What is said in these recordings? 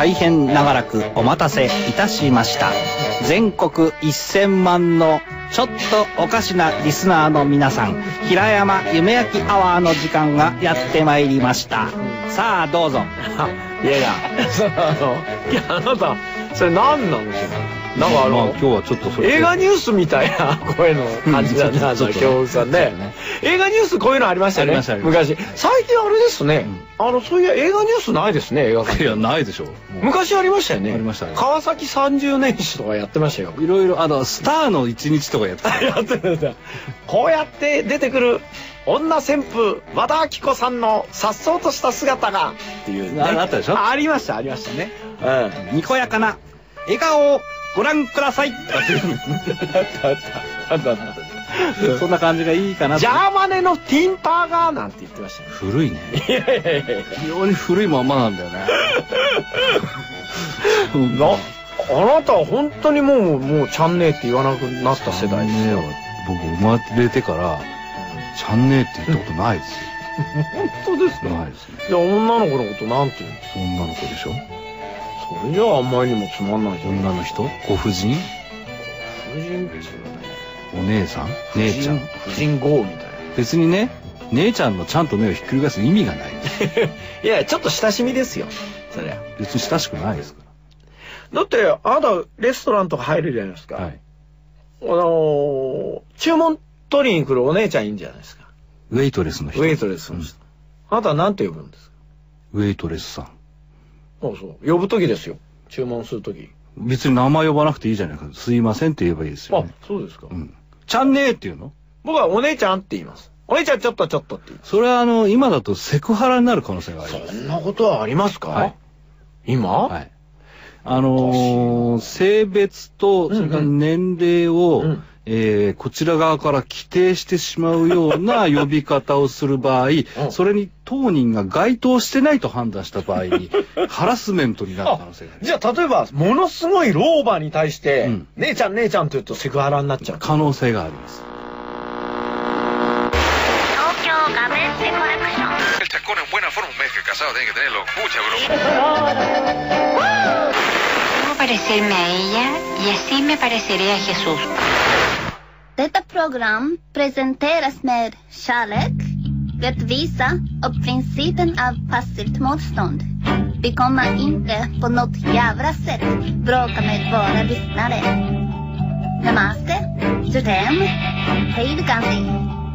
大変長らくお待たせいたしました。全国1000万のちょっとおかしなリスナーの皆さん、平山夢焼きアワーの時間がやってまいりました。さあどうぞ。 いやいや、あなたそれ何なんですよ。なんか今日はちょっとそれ映画ニュースみたいな声の感じだね、京さんね。映画ニュースこういうのありましたよね、昔。最近あれですね、そういう映画ニュースないですね、映画館。 いや、ないでしょ。 昔ありましたよね。 ありましたね。 川崎30年史とかやってましたよ。 いろいろスターの一日とかやってた。 やってた。こうやって出てくる女旋風和田アキ子さんの颯爽とした姿がっていうね。 あったでしょ。 ありましたね。 にこやかな笑顔をご覧ください。そんな感じがいいかな。 ジャーマネのティンパーガーなんて言ってましたね。 古いね。非常に古いまんまなんだよね。 あなたは本当にもうチャンネーって言わなくなった世代ですよ。 僕生まれてからチャンネーって言ったことないですよ。 本当ですか。 ないですね。 いや、女の子のことなんて言うんですか。 女の子でしょ。 それじゃああんまりにもつまんないじゃん。 女の人、ご婦人、 婦人っていうね、 お姉さん、姉ちゃん、 婦人号みたいな。 別にね、姉ちゃんのちゃんと目をひっくり返す意味がない。 いや、ちょっと親しみですよ、そりゃ。 別に親しくないですから。 だってあなたレストランとか入るじゃないですか。はい。注文取りに来るお姉ちゃんいいんじゃないですか。 ウェイトレスの人。 ウェイトレスの人。あなたは何て呼ぶんですか。 ウェイトレスさん。 そう呼ぶ時ですよ。注文する時。 別に名前呼ばなくていいじゃないか。すいませんって言えばいいですよね。 あ、そうですか。 ちゃんねーっていうの？ 僕はお姉ちゃんって言います。お姉ちゃんちょっとって言います。 それは今だとセクハラになる可能性があります。 そんなことはありますか？はい、今？ はい。性別とそれから年齢を、こちら側から規定してしまうような呼び方をする場合、それに当人が該当してないと判断した場合にハラスメントになる可能性がある。 じゃあ例えばものすごい老婆に対して、姉ちゃん姉ちゃんと言うとセクハラになっちゃう可能性があります。 東京画面でコレクション。El chacón en buena forma, un mes que casado tiene que tenerlo. Mucha broma. Parecerme a ella y así me pareceré a Jesús. Detta program presenteras med kärlek, rättvisa och principen av passivt motstånd. Vi kommer inte på något jävla sätt bråka med våra lyssnare. Namaste, Jutem, hej du kan se.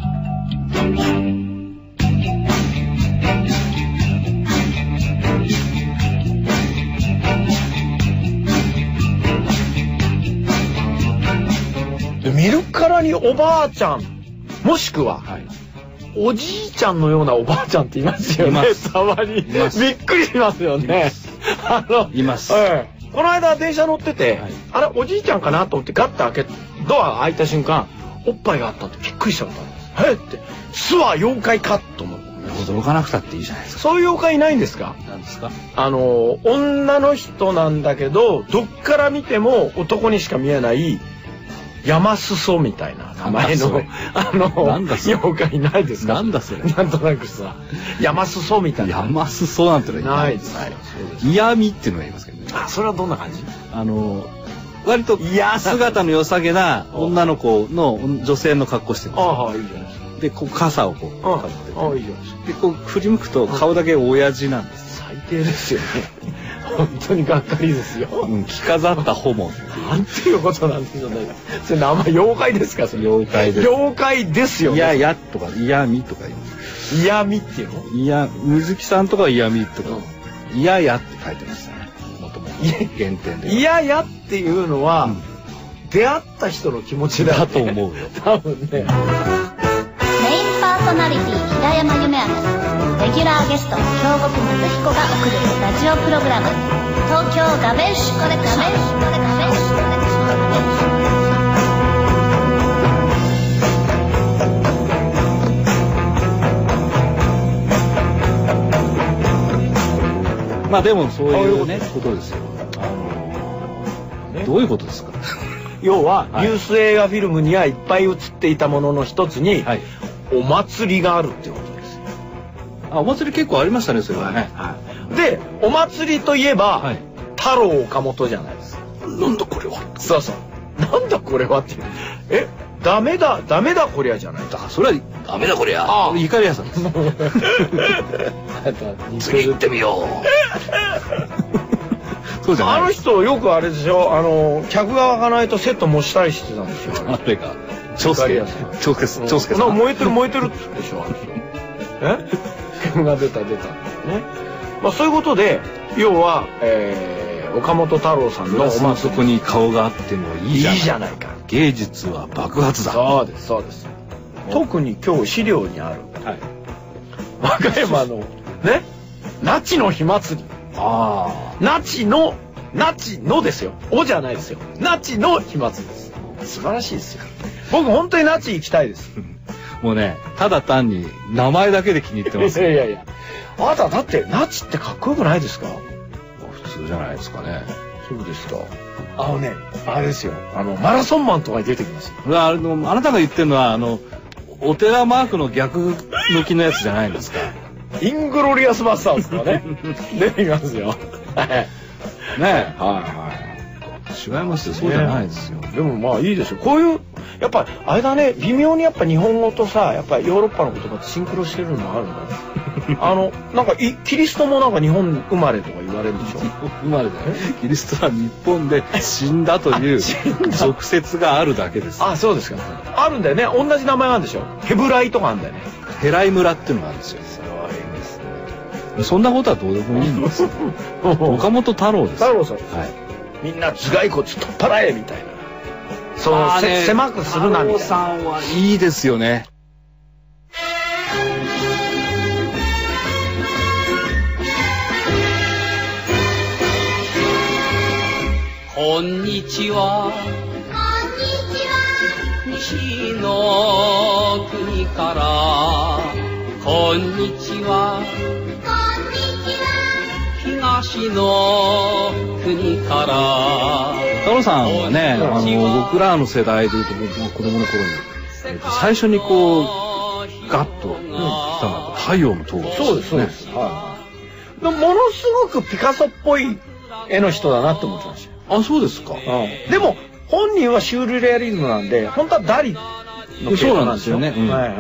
で見るからにおばあちゃんもしくは、おじいちゃんのようなおばあちゃんっていますよね。たまにびっくりしますよね。 います。 この間電車乗ってて、あれおじいちゃんかなと思ってガッて開けドア開いた瞬間おっぱいがあったってびっくりしたことあるんです。って巣は妖怪かと思って。 驚かなくたっていいじゃないですか。 そういう妖怪いないんですか？ 何ですか？ 女の人なんだけどどっから見ても男にしか見えない山裾みたいな名前の妖怪ないですか？ なんだそれ。 なんとなくさ山裾みたいな。 山裾なんてのはないです。 嫌味っていうのがいますけどね。 あ、それはどんな感じ？ 割と姿の良さげな女の子の女性の格好してるんですよ。 ああ、いいじゃないですか。 で傘をこうかぶってて、ああいいじゃないですか。 でこう振り向くと顔だけ親父なんです。 最低ですよね。本当にがっかりですよ。 着飾ったホモ。 なんていうことなんでしょうね。それ名前妖怪ですか？それ妖怪です。 妖怪ですよね。 いやとか嫌味とか言う。 嫌味っていうの？ いや水木さんとかは嫌味とか。いやって書いてましたね。もともと原点で。 いやっていうのは、出会った人の気持ちだと思うよ。 多分ね。 メインパーソナリティ平山夢明、レギュラーゲスト京極夏彦が送るラジオプログラム東京ガベッシュコレクション。まあでもそういうねことですよ。どういうことですか？ 要はニュース映画フィルムにはいっぱい映っていたものの一つに、お祭りがあるってことですよ。 お祭り結構ありましたね、それはね。 でお祭りといえば、 太郎岡本じゃないですか。 なんだこれは。 そうそう。なんだこれはっていう。ダメだこりゃじゃない。 だからそれはダメだこりゃ。いかりやさんです。次行ってみよう。そうじゃない。 あの人よくあれでしょ。客が湧かないとセット模したりしてたんですよ。 あれか。長介さん。 燃えてるでしょ。客が出たね。まあそういうことで要は岡本太郎さんのそこに顔があってもいいじゃないか。芸術は爆発だ。 そうです。特に今日資料にある和歌山のね那智の火祭り。那智のですよ。おじゃないですよ。那智の火祭りです。素晴らしいですよ。僕本当に那智行きたいです。 もうね、ただ単に名前だけで気に入ってます。 いや。あなただって那智ってかっこよくないですか？ 普通じゃないですかね。 そうですか。あれですよ。マラソンマンとかに出てきます。 あなたが言ってるのはお寺マークの逆向きのやつじゃないんですか？ イングロリアスバスターズとかね出てきますよ。 ね。違いますよ。そうじゃないですよ。 でもまあいいですよ。こういうやっぱあれだね、微妙にやっぱ日本語とさ、やっぱヨーロッパの言葉ってシンクロしてるのあるんだね。なんかキリストもなんか日本生まれとか言われるでしょ。 生まれだよ。キリストは日本で死んだという俗説があるだけです。 あ、そうですか。あるんだよね。同じ名前なんでしょ。ヘブライとかあるんだよね。 ヘライ村っていうのがあるんですよ。そんなことはどうでもいいんですよ。岡本太郎です。 太郎さん。みんな頭蓋骨取っ払えみたいな。狭くするなみたいな。 太郎さんはいいですよね。 こんにちは。西の国からこんにちは。東の国から。 太郎さんはね、僕らの世代でいうと僕も子供の頃に最初にこうガッと来たのは太陽の塔ですね。 そうです。ものすごくピカソっぽい絵の人だなって思ってました。 あ、そうですか。 でも本人はシュールレアリズムなんで、本当はダリのそうなんですよね。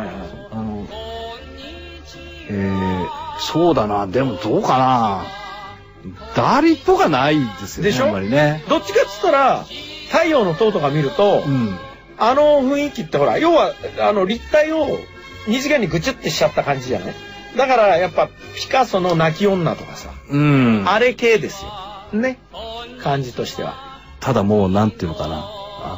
そうだな。でもどうかな。ダリっぽかないですよね。 でしょ？ あんまりね。 どっちかっつったら太陽の塔とか見ると、雰囲気ってほら、要は立体を二次元にぐちゅってしちゃった感じじゃない？だからやっぱピカソの泣き女とかさ、あれ系ですよ。ね。感じとしては。 ただもうなんていうのかな。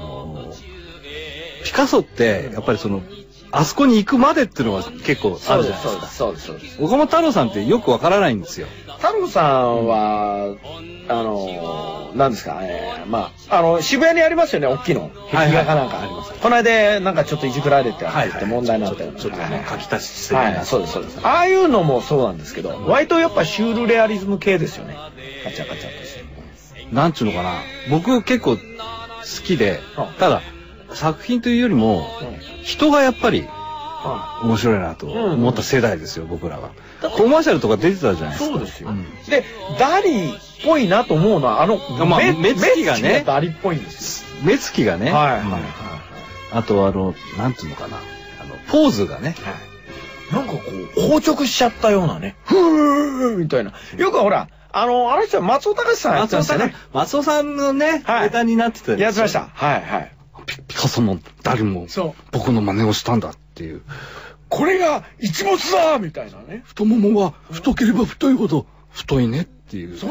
ピカソってやっぱりあそこに行くまでっていうのは結構あるじゃないですか。そうです。岡本太郎さんってよくわからないんですよ。 太郎さんは、何ですか、渋谷にありますよね、大きいの。壁画かなんかあります。この間、なんかちょっといじくられてあって問題になったよ。 ちょっとね、書き足ししてね。そうです。ああいうのもそうなんですけど、割とやっぱシュールレアリズム系ですよね。カチャカチャとして。 なんちゅうのかな。僕結構好きで、ただ、作品というよりも、人がやっぱり、面白いなと思った世代ですよ、僕らは。コマーシャルとか出てたじゃないですか。 そうですよ。で、ダリっぽいなと思うのは、目つきがね、ダリっぽいんですよ。 目つきがね。あとなんていうのかな。ポーズがね。 なんかこう、硬直しちゃったようなね。ふーみたいな。よくほら、あの人は松尾隆さんやってましたね。 松尾さんのね、ネタになってたやってました。 ピカソもダリも僕の真似をしたんだっていう。 これが一物だみたいなね。 太ももは太ければ太いほど太いねっていう。 そう。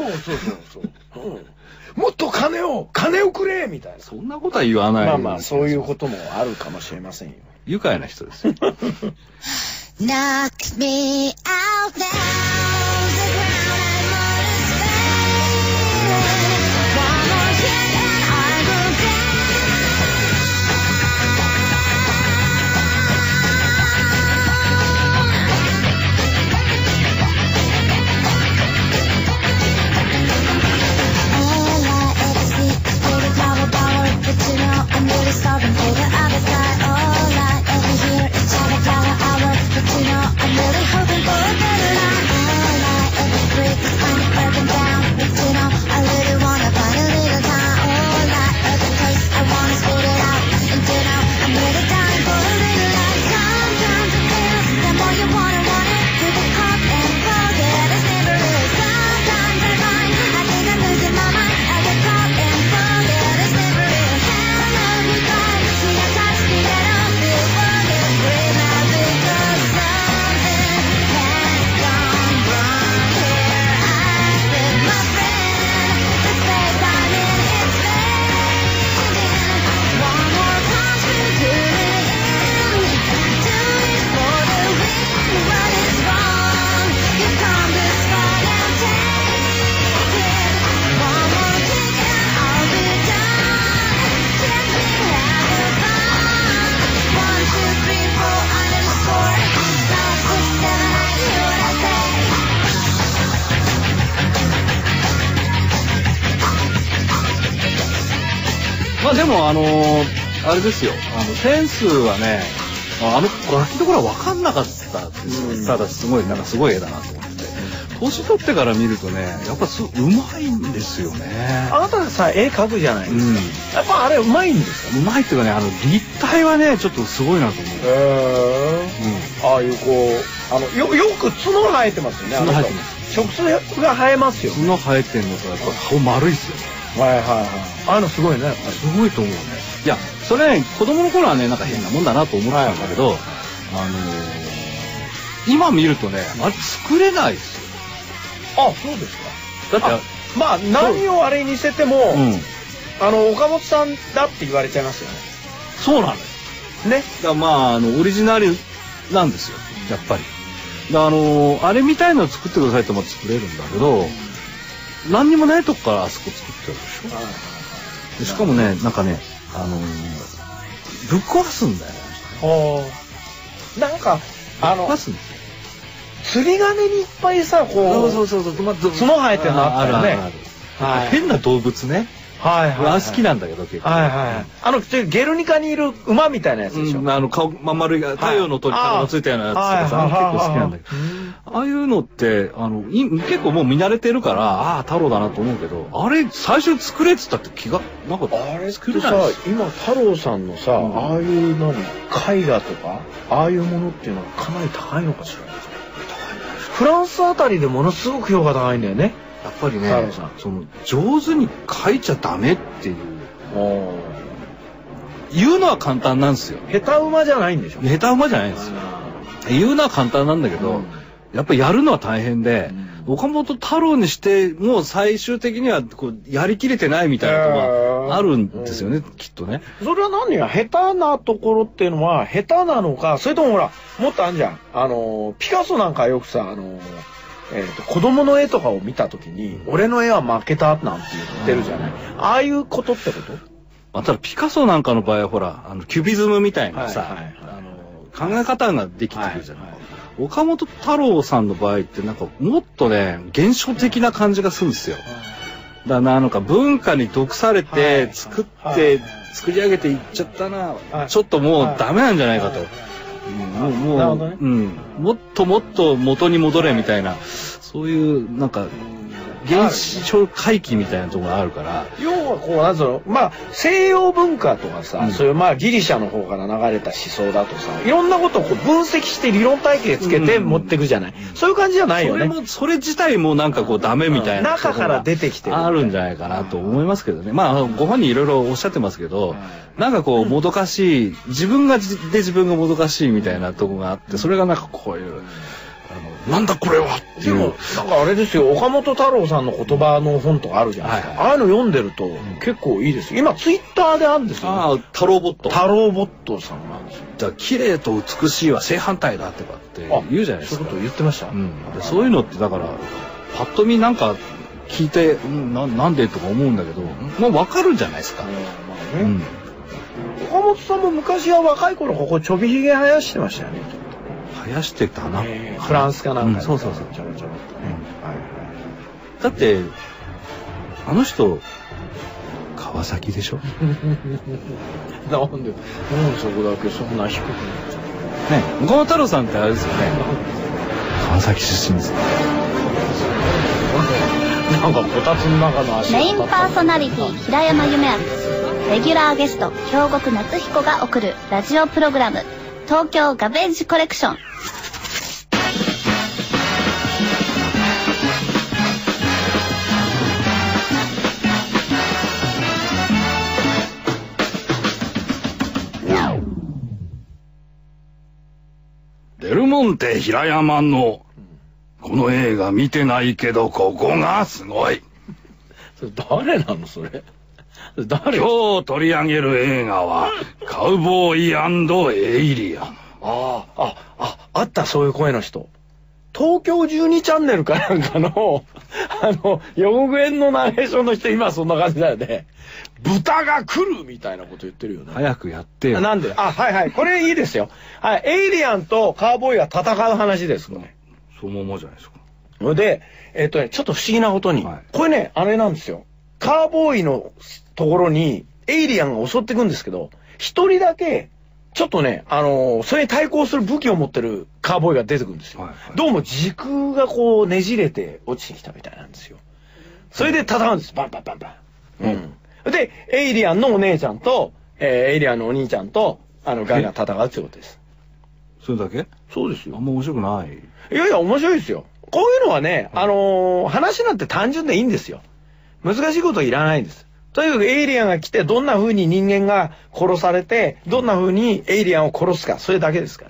もっと金をくれみたいな。 そんなことは言わない。 まあそういうこともあるかもしれませんよ。 愉快な人ですよ。 Knock me out now. I'm really starving for the other side. All right, over here is Java Flower Hour. But you know, I'm really hoping for a better life. まあでもあれですよ、センスはね、ガキの頃は分かんなかったですよ。ただすごいなんかすごい絵だなと思って。年取ってから見るとね、やっぱうまいんですよね。 あなたさ絵描くじゃないですか。やっぱあれうまいんですか。 うまいっていうかね、立体はねちょっとすごいなと思う。 ああいうこうよく角生えてますよね。 角生えてます。 直接が生えますよ。 角生えてんのとやっぱ顔丸いっすよね。 はいはいはい。ああいうのすごいね。やっぱりすごいと思うね。いやそれね、子供の頃はねなんか変なもんだなと思ってたんだけど、今見るとねあれ作れないですよ。 あ、そうですか。だってまあ何をあれにせても、岡本さんだって言われちゃいますよね。 そうなのよ。 ね。 だまあオリジナルなんですよ。やっぱり。あれみたいのを作ってくださいっても作れるんだけど、何にもないとこからあそこ作ってるでしょ。でしかもねなんかねぶっ壊すんだよね。 なんかぶっ壊すんですよ。 釣り鐘にいっぱいさこう角生えてるのあったよね。 変な動物ね。好きなんだけど結構。 ゲルニカにいる馬みたいなやつでしょ。 顔まん丸い太陽の鳥からついたようなやつとかさ、結構好きなんだけど、ああいうのって結構もう見慣れてるから、太郎だなと思うけど、あれ最初作れっつったって気がなんかあれ作れない。今太郎さんのさ、ああいう絵画とかああいうものっていうのはかなり高いのかしら。フランスあたりでものすごく評価高いんだよね。 やっぱりね、上手に描いちゃダメっていう言うのは簡単なんですよ。 下手馬じゃないんでしょ。 下手馬じゃないんですよ。言うのは簡単なんだけど、やっぱりやるのは大変で、岡本太郎にしても最終的にはこうやりきれてないみたいなとこがあるんですよね、きっとね。 それは何が下手なところっていうのは下手なのか、それともほらもっとあんじゃん。ピカソなんかよくさ子供の絵とかを見た時に俺の絵は負けたなんて言ってるじゃない。ああいうことってこと？ ただピカソなんかの場合はほらキュビズムみたいなさ考え方ができてくるじゃない。岡本太郎さんの場合ってなんかもっとね現象的な感じがするんですよ。だからなんか文化に毒されて作り上げていっちゃったな、ちょっともうダメなんじゃないかと。もっともっと元に戻れみたいな、そういうなんか現象回帰みたいなところがあるから、 要はこうなんぞのまあ西洋文化とかさ、そういうまあギリシャの方から流れた思想だとさ、いろんなことをこう分析して理論体系つけて持ってくじゃない。そういう感じじゃないよね。 それ自体もなんかこうダメみたいな中から出てきてるあるんじゃないかなと思いますけどね。まあご本人いろいろおっしゃってますけど、なんかこうもどかしい、自分がもどかしいみたいなとこがあって、それがなんかこういうなんだこれはっていう。 でもなんかあれですよ、岡本太郎さんの言葉の本とかあるじゃないですか。ああいうの読んでると結構いいですよ。今ツイッターであるんですよ。 太郎ボット。 太郎ボットさんなんですよ。 じゃあ綺麗と美しいは正反対だとかって言うじゃないですか。 そういうこと言ってました。 そういうのってだからパッと見なんか聞いてなんでとか思うんだけど、もうわかるじゃないですか。 岡本さんも昔は若い頃ここちょびひげ生やしてましたよね。 生やしてたな。 フランスかなんか。 そう。だってあの人川崎でしょ。 なんでそこだけそんな低くね。岡本太郎さんってあれですよね。川崎出身ですね。 なんかこたつの中の足。 メインパーソナリティ平山夢明、レギュラーゲスト京極夏彦が送るラジオプログラム東京ガベージコレクション。 デルモンテ平山のこの映画見てないけどここがすごい。 それ誰なのそれ。誰？ 今日取り上げる映画はカウボーイ&エイリアン。 あったそういう声の人。東京12チャンネルかなんかの予告編のナレーションの人今そんな感じだよね。豚が来るみたいなこと言ってるよね。 早くやってよ。 なんでこれいいですよ。エイリアンとカウボーイが戦う話ですね。 そのままじゃないですか。 でちょっと不思議なことに、これねあれなんですよ。カウボーイのところにエイリアンが襲ってくんですけど、一人だけ、ちょっとね、それに対抗する武器を持ってるカーボーイが出てくるんですよ。はいはい、どうも時空がこうねじれて落ちてきたみたいなんですよ。それで戦うんです。バンバンバンバン。うん。で、エイリアンのお姉ちゃんと、エイリアンのお兄ちゃんと、ガンガン戦うってことです。 それだけ？ そうですよ。 あんま面白くない。 いやいや、面白いですよ。こういうのはね、話なんて単純でいいんですよ。難しいこといらないんです。とにかくエイリアンが来て、どんな風に人間が殺されて、どんな風にエイリアンを殺すか、それだけですから。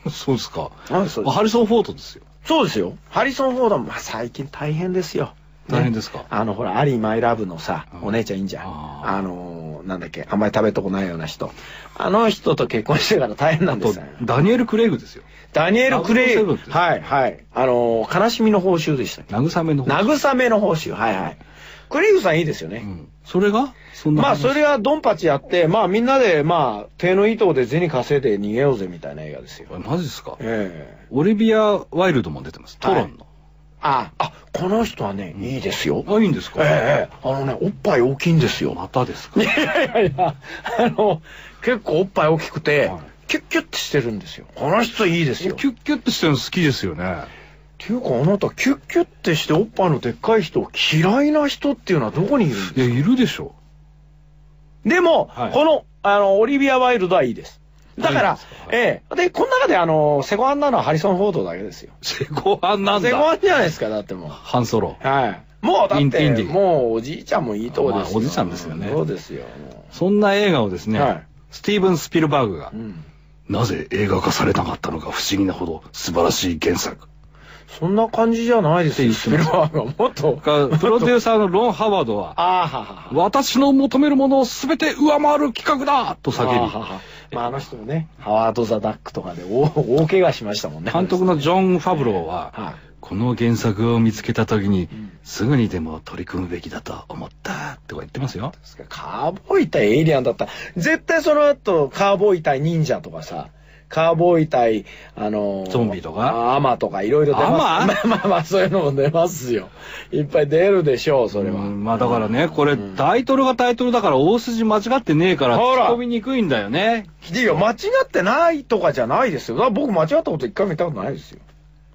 そうですか。 そうです。 ハリソン・フォードですよ。 そうですよ。ハリソン・フォードも、最近大変ですよ。 大変ですか？ ほら、アリー・マイ・ラブのさ、お姉ちゃんいいんじゃん。なんだっけ、あんまり食べとこないような人。あの人と結婚してから大変なんですよ。 ダニエル・クレイグですよ。 ダニエル・クレイグ。はい、はい。悲しみの報酬でした。 慰めの報酬。 慰めの報酬。はいはい。クレイグさんいいですよね。 それがそれはドンパチやって、みんなで、手の糸で銭稼いで逃げようぜみたいな映画ですよ。 マジですか？オリビア・ワイルドも出てます。トロンの。 この人はね、いいですよ。 いいんですか？ おっぱい大きいんですよ。 またですか？ いやいや、結構おっぱい大きくて、キュッキュッてしてるんですよ。この人いいですよ。 キュッキュッてしてるの好きですよね。 っていうか、あなたキュッキュッてしておっぱいのでっかい人、嫌いな人っていうのはどこにいるんですか？ いや、いるでしょ。 でも、この、オリビア・ワイルドはいいです。だから、で、この中でセゴアンなのはハリソン・フォードだけですよ。 セゴアンなんだ。 セゴアンじゃないですか、だってもう。 ハンソロ。 はい。もうだって、もうおじいちゃんもいいとこですよ。 おじいちゃんですよね。 そうですよ。 そんな映画をですね、スティーブン・スピルバーグが、なぜ映画化されなかったのか不思議なほど素晴らしい原作。 そんな感じじゃないですよ。スピルバーグはもっと。 プロデューサーのロン・ハワードは、私の求めるものを全て上回る企画だと叫び。 あの人もね、ハワード・ザ・ダックとかで大怪我しましたもんね。 監督のジョン・ファブローは、この原作を見つけた時に、すぐにでも取り組むべきだと思ったとか言ってますよ。 カーボーイ対エイリアンだったら、絶対その後、カーボーイ対忍者とかさ、カーボーイ対、 ゾンビとかアマとかいろいろ出ます。そういうのも出ますよ。いっぱい出るでしょう、それは。 だからね、これ、タイトルがタイトルだから大筋間違ってねえから、突っ込みにくいんだよね。 いや、間違ってないとかじゃないですよ。僕間違ったこと一回も言ったことないですよ。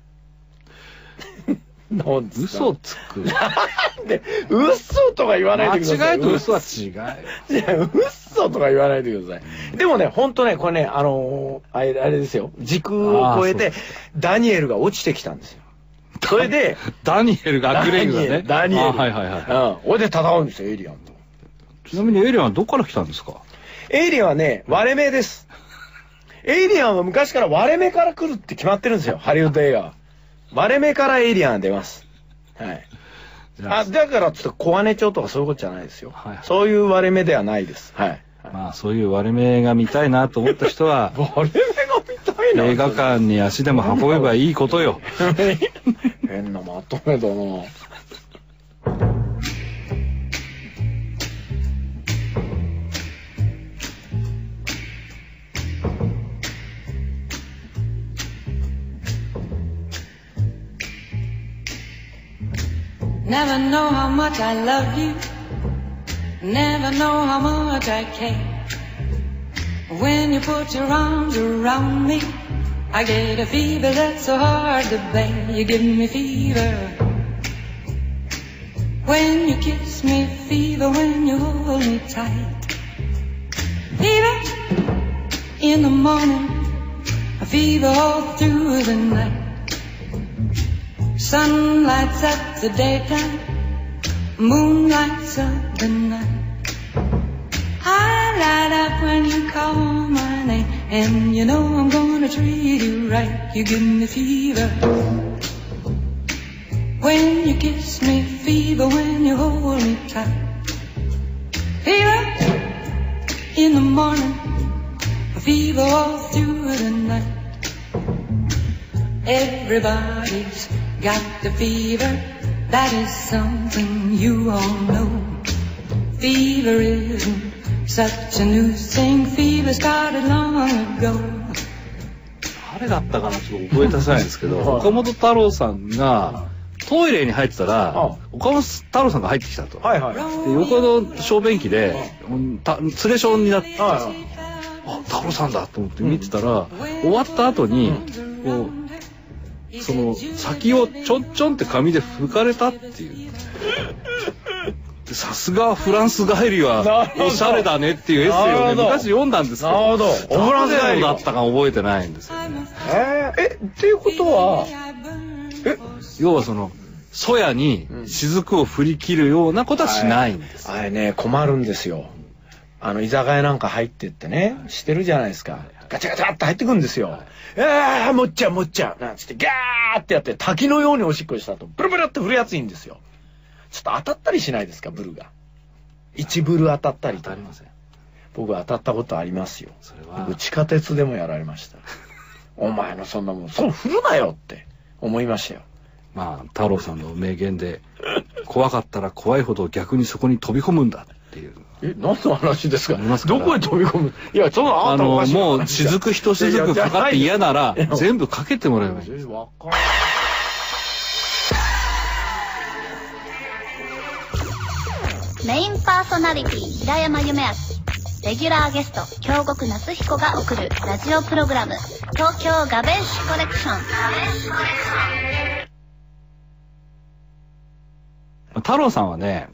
嘘つく。 なんで、嘘とか言わないでください。 間違いと嘘は違う。 いや、嘘とか言わないでください。でもね、ほんとね、これね、あれですよ。時空を超えて、ダニエルが落ちてきたんですよ。それで、 ダニエルがクレイグだね。 ダニエル。 はいはいはい。 それで戦うんですよ、エイリアンと。 ちなみにエイリアンはどこから来たんですか？ エイリアンはね、割れ目です。エイリアンは昔から割れ目から来るって決まってるんですよ、ハリウッド映画は。割れ目からエイリアンが出ます。はい。だからちょっと小金町とかそういうことじゃないですよ。そういう割れ目ではないです。はい。 そういう割れ目が見たいなと思った人は、 割れ目が見たいな。 映画館に足でも運べばいいことよ。 変なまとめだな。 Never know how much I love you. Never know how much I care. When you put your arms around me, I get a fever that's so hard to bear. You give me fever when you kiss me, fever when you hold me tight. Fever in the morning, a fever all through the night. Sun lights up the daytime, moon lights up the night. I light up when you call my name, and you know I'm gonna treat you right. You give me fever when you kiss me, fever when you hold me tight. Fever in the morning, fever all through the night. Everybody's got the fever, that is something you all know. Fever isn't such a new thing, fever started long ago. 誰だったかなちょっと覚え出せないんですけど、岡本太郎さんがトイレに入ってたら岡本太郎さんが入ってきたと。 はいはい。 で横の小便器で連れションになってたんですよ。あ、太郎さんだと思って見てたら、終わった後にこうその先をちょんちょんって紙で拭かれたっていう。さすがフランス帰りはおしゃれだねっていうエッセイをね昔読んだんですけど、 なるほど。 フランス帰りだったか覚えてないんですよね。 っていうことは要はそのそやに雫を振り切るようなことはしないんです。 あれね困るんですよ。居酒屋なんか入ってってねしてるじゃないですか。ガチャガチャって入ってくるんですよ。もっちゃうもっちゃうなんつってガーってやって滝のようにおしっこした後ブルブルって振るやついいんですよ。ちょっと当たったりしないですかブルが。1ブル当たったりとか。僕当たったことありますよ。それは僕地下鉄でもやられました。お前のそんなもんそう振るなよって思いましたよ。 まあ太郎さんの名言で怖かったら怖いほど逆にそこに飛び込むんだっていう。 何の話ですか。どこに飛び込む。いやそのもう雫一雫かかって嫌なら全部かけてもらえばいい。 メインパーソナリティ平山夢明、レギュラーゲスト京極夏彦が送るラジオプログラム東京ガベッシュコレクション。 太郎さんはね、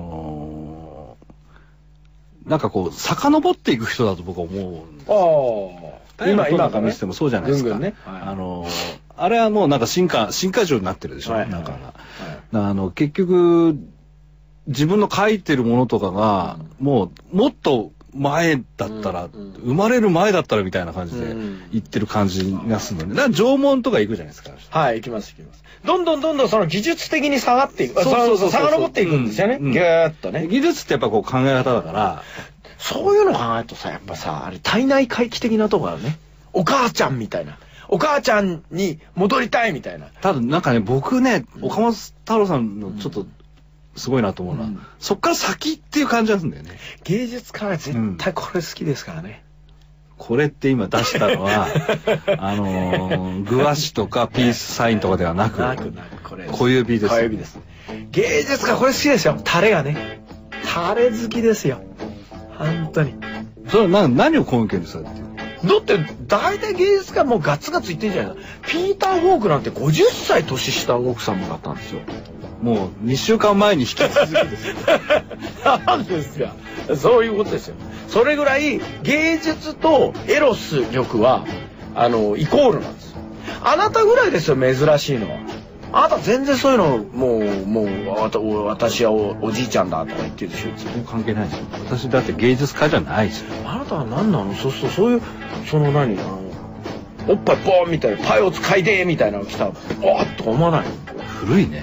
なんかこう遡っていく人だと僕は思うんですよ。今からしてもそうじゃないですか。あれはもうなんか進化上になってるでしょ。なんか結局自分の書いてるものとかがもっと前だったら、生まれる前だったらみたいな感じで言ってる感じがするので、だから縄文とか行くじゃないですか。 はい、行きます。どんどんその技術的に下がっていく、遡っていくんですよね。ギューッとね。 技術ってやっぱこう考え方だから、 そういうの考えるとさ、やっぱさ、あれ体内回帰的なところだね。お母ちゃんみたいな。お母ちゃんに戻りたいみたいな。 ただなんかね、僕ね、岡本太郎さんのちょっと、すごいなと思うのは、そっから先っていう感じがするんだよね。 芸術家は絶対これ好きですからね。 これって今出したのはグワシとかピースサインとかではなく小指です。 小指です。芸術家これ好きですよ。タレがね。タレ好きですよ。本当に。 それ何を根拠にされてる？ だって大体芸術家もうガツガツ言ってんじゃないの。ピーター・フォークなんて50歳年下の奥さんもらったんですよ。 もう2週間前に引き続きですよ。 なんですか。そういうことですよ。それぐらい芸術とエロス欲はイコールなんですよ。あなたぐらいですよ珍しいのは。あなた全然そういうのもう私は おじいちゃんだとか言ってるでしょ。 関係ないですよ。私だって芸術家じゃないですよ。 あなたは何なの。そういうその何おっぱいボーンみたいなパイを使いでみたいなの来たらおっと思わない。 古いね。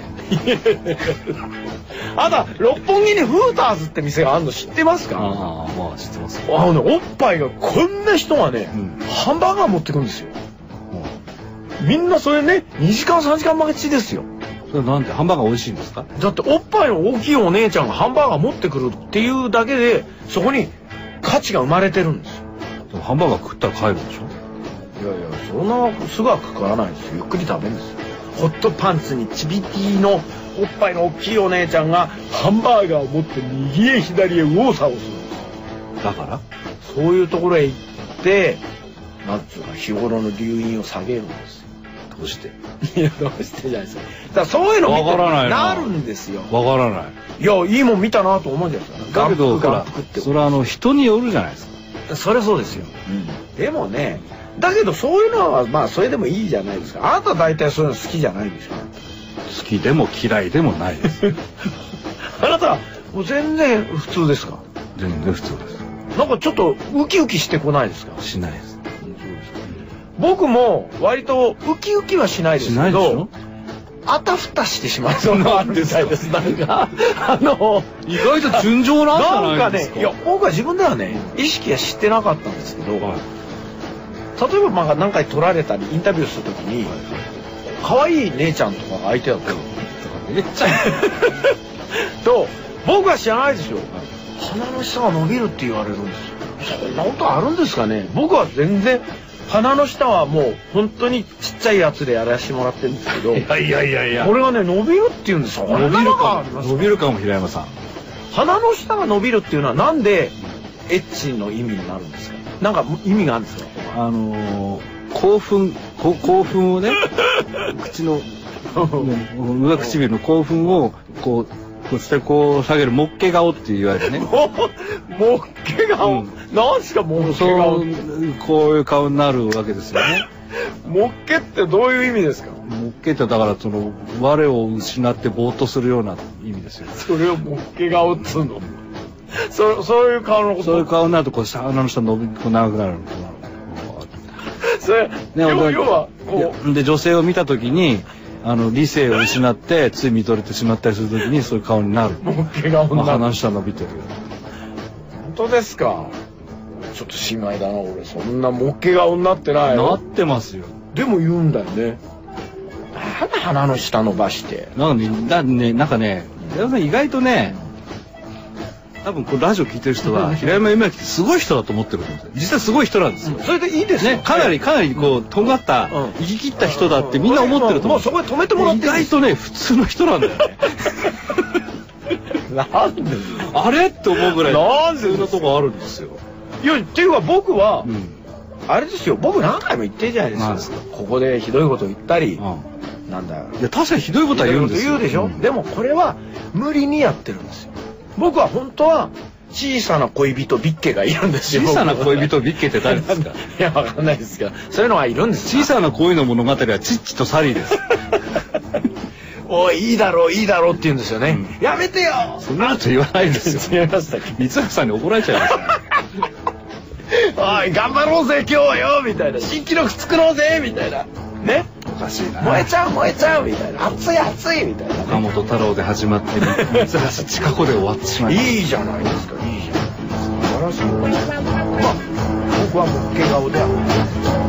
あなた六本木にフーターズって店があるの知ってますか？ ああ、まあ知ってます。 おっぱいがこんな人がね、ハンバーガー持ってくるんですよ。みんなそれね2時間3時間待ちですよ。 それなんでハンバーガー美味しいんですか？ だっておっぱいの大きいお姉ちゃんがハンバーガー持ってくるっていうだけでそこに価値が生まれてるんですよ。 でもハンバーガー食ったら帰るでしょ？ いやそんなすぐはかからないですよ。ゆっくり食べるんですよ。ホットパンツにチビティのおっぱいの大きいお姉ちゃんがハンバーガーを持って右へ左へ右往左往するんですよ。 だからそういうところへ行ってなんつうか日頃の留飲を下げるんですよ。 どうして？ いやどうしてじゃないですか。だからそういうの見てなるんですよ。 わからない。 いやいいもん見たなと思うじゃないですか。 だけどほらそれは人によるじゃないですか。 それそうですよ。でもねだけどそういうのはまあそれでもいいじゃないですか。あなたは大体そういうの好きじゃないんですよ。 好きでも嫌いでもないです。 あなたはもう全然普通ですか？ 全然普通です。 なんかちょっとウキウキしてこないですか？ しないです。 僕も割とウキウキはしないですけどあたふたしてしまいそうなあるみたいです。なんか意外と純情なんじゃないですか。 いや僕は自分ではね意識は知ってなかったんですけど、例えばまあ何回撮られたりインタビューするときに可愛い姉ちゃんとかが相手だとめっちゃと僕は知らないですよ。鼻の下が伸びるって言われるんですよ。そんなことあるんですかね。僕は全然鼻の下はもう本当にちっちゃいやつでやらせてもらってるんですけど、 いやこれがね伸びるっていうんですよ。 伸びるかも平山さん。 鼻の下が伸びるっていうのはなんでエッチの意味になるんですか。なんか意味があるんですか。 興奮をね口の上唇の興奮をこうしてこう下げるもっけ顔って言われるね。 もっけ顔、なんすかもっけ顔。 こういう顔になるわけですよね。 もっけってどういう意味ですか。 もっけってだからその我を失ってぼーっとするような意味ですよ。 それをもっけ顔っつうの。そういう顔のこと。 そういう顔になるとこう鼻の下伸びこう長くなる。 それ要はこうで女性を見た時に理性を失ってつい見とれてしまったりする時にそういう顔になる。 もっけ顔になる。 鼻の下伸びてる。 本当ですか。ちょっと心外だな俺。そんなもっけ顔になってないよ。 なってますよ。 でも言うんだよね。鼻の下伸ばして。なんかね意外とね多分これラジオ聞いてる人は平山夢明ってすごい人だと思ってるんですよ。実はすごい人なんですよ。 それでいいですよ。 かなりこうとんがった生き切った人だってみんな思ってると思う。 もうそこで止めてもらって。 意外とね普通の人なんだよね。 なんであれって思うぐらい普通のとこあるんですよ。 いやっていうか僕はあれですよ。僕何回も言ってるじゃないですか。ここでひどいこと言ったり。なんだよ。 いや確かにひどいことは言うんですよ。 言うでしょ。でもこれは無理にやってるんですよ。僕は本当は小さな恋人ビッケがいるんですよ。 小さな恋人ビッケって誰ですか。 いやわかんないですけどそういうのがいるんです。 小さな恋の物語はチッチとサリーです。 おいいいだろうって言うんですよね。やめてよ。 そんなこと言わないですよ。 違いましたっけ。 三橋さんに怒られちゃいます。 おい頑張ろうぜ今日はよみたいな。新記録作ろうぜみたいなね。 おかしいな。 燃えちゃうみたいな。熱いみたいな。 岡本太郎で始まって三橋千佳子で終わってしまいました。 いいじゃないですか。いいじゃない。素晴らしい。まあ僕はもっけ顔で